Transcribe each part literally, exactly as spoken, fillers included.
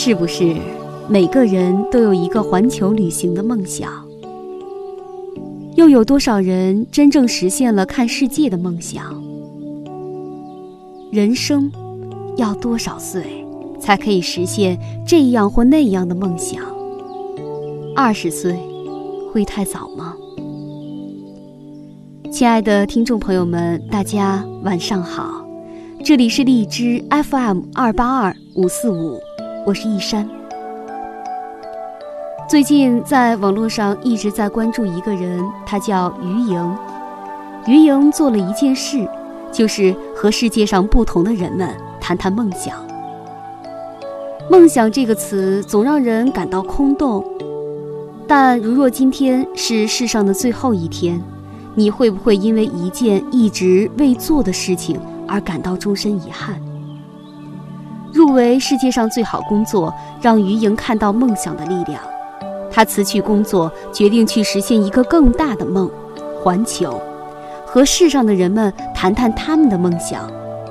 是不是每个人都有一个环球旅行的梦想？又有多少人真正实现了看世界的梦想？人生要多少岁才可以实现这样或那样的梦想？二十岁会太早吗？亲爱的听众朋友们，大家晚上好，这里是荔枝 F M 二八二五四五，我是一山。最近在网络上一直在关注一个人，他叫于莹。于莹做了一件事，就是和世界上不同的人们谈谈梦想。梦想这个词总让人感到空洞，但如若今天是世上的最后一天，你会不会因为一件一直未做的事情而感到终身遗憾？入围世界上最好工作，让于莹看到梦想的力量。她辞去工作，决定去实现一个更大的梦——环球，和世上的人们谈谈他们的梦想。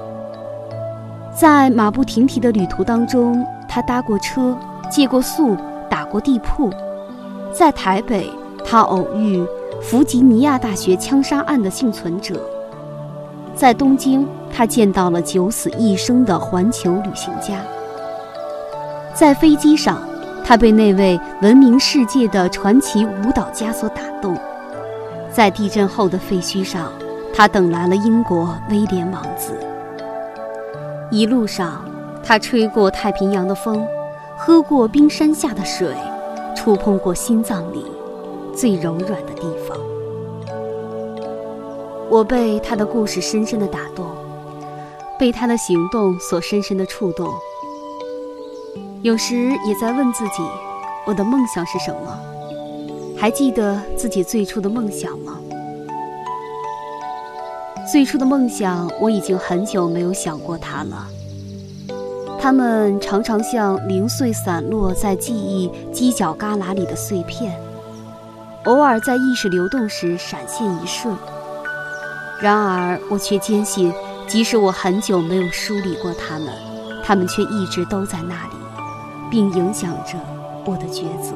在马不停蹄的旅途当中，她搭过车，借过宿，打过地铺。在台北，她偶遇弗吉尼亚大学枪杀案的幸存者。在东京，他见到了九死一生的环球旅行家。在飞机上，他被那位闻名世界的传奇舞蹈家所打动。在地震后的废墟上，他等来了英国威廉王子。一路上，他吹过太平洋的风，喝过冰山下的水，触碰过心脏里最柔软的地方。我被他的故事深深地打动，被他的行动所深深地触动。有时也在问自己，我的梦想是什么？还记得自己最初的梦想吗？最初的梦想，我已经很久没有想过它了。它们常常像零碎散落在记忆犄角旮旯里的碎片，偶尔在意识流动时闪现一瞬。然而我却坚信，即使我很久没有梳理过它们，它们却一直都在那里，并影响着我的抉择。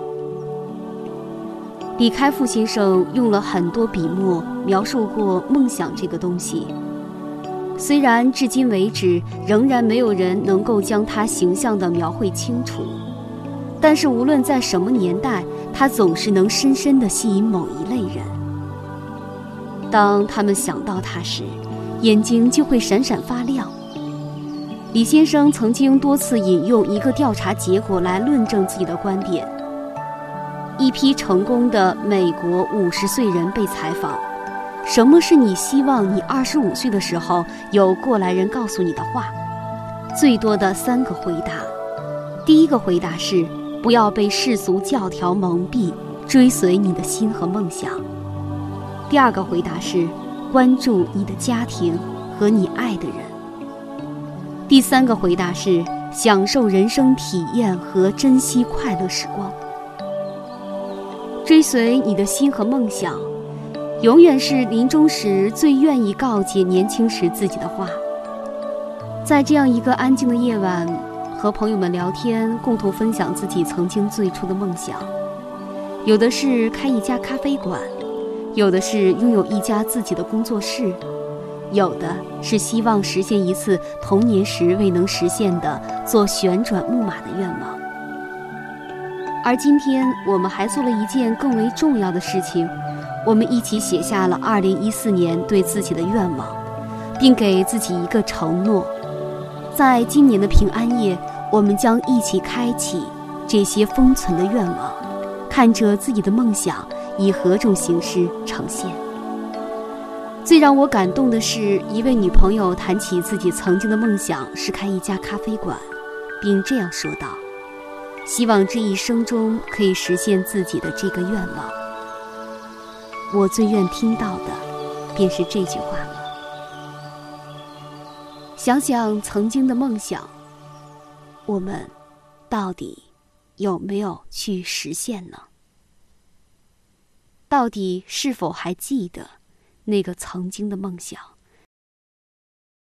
李开复先生用了很多笔墨描述过梦想这个东西，虽然至今为止仍然没有人能够将它形象地描绘清楚，但是无论在什么年代，它总是能深深地吸引某一类人。当他们想到它时，眼睛就会闪闪发亮。李先生曾经多次引用一个调查结果来论证自己的观点。一批成功的美国五十岁人被采访，什么是你希望你二十五岁的时候有过来人告诉你的话？最多的三个回答。第一个回答是，不要被世俗教条蒙蔽，追随你的心和梦想。第二个回答是，关注你的家庭和你爱的人。第三个回答是，享受人生体验和珍惜快乐时光。追随你的心和梦想，永远是临终时最愿意告诫年轻时自己的话。在这样一个安静的夜晚，和朋友们聊天，共同分享自己曾经最初的梦想。有的是开一家咖啡馆，有的是拥有一家自己的工作室，有的是希望实现一次童年时未能实现的做旋转木马的愿望。而今天我们还做了一件更为重要的事情，我们一起写下了二零一四年对自己的愿望，并给自己一个承诺，在今年的平安夜，我们将一起开启这些封存的愿望，看着自己的梦想以何种形式呈现。最让我感动的是，一位女朋友谈起自己曾经的梦想是开一家咖啡馆，并这样说道，希望这一生中可以实现自己的这个愿望。我最愿听到的便是这句话了。想想曾经的梦想，我们到底有没有去实现呢？到底是否还记得那个曾经的梦想？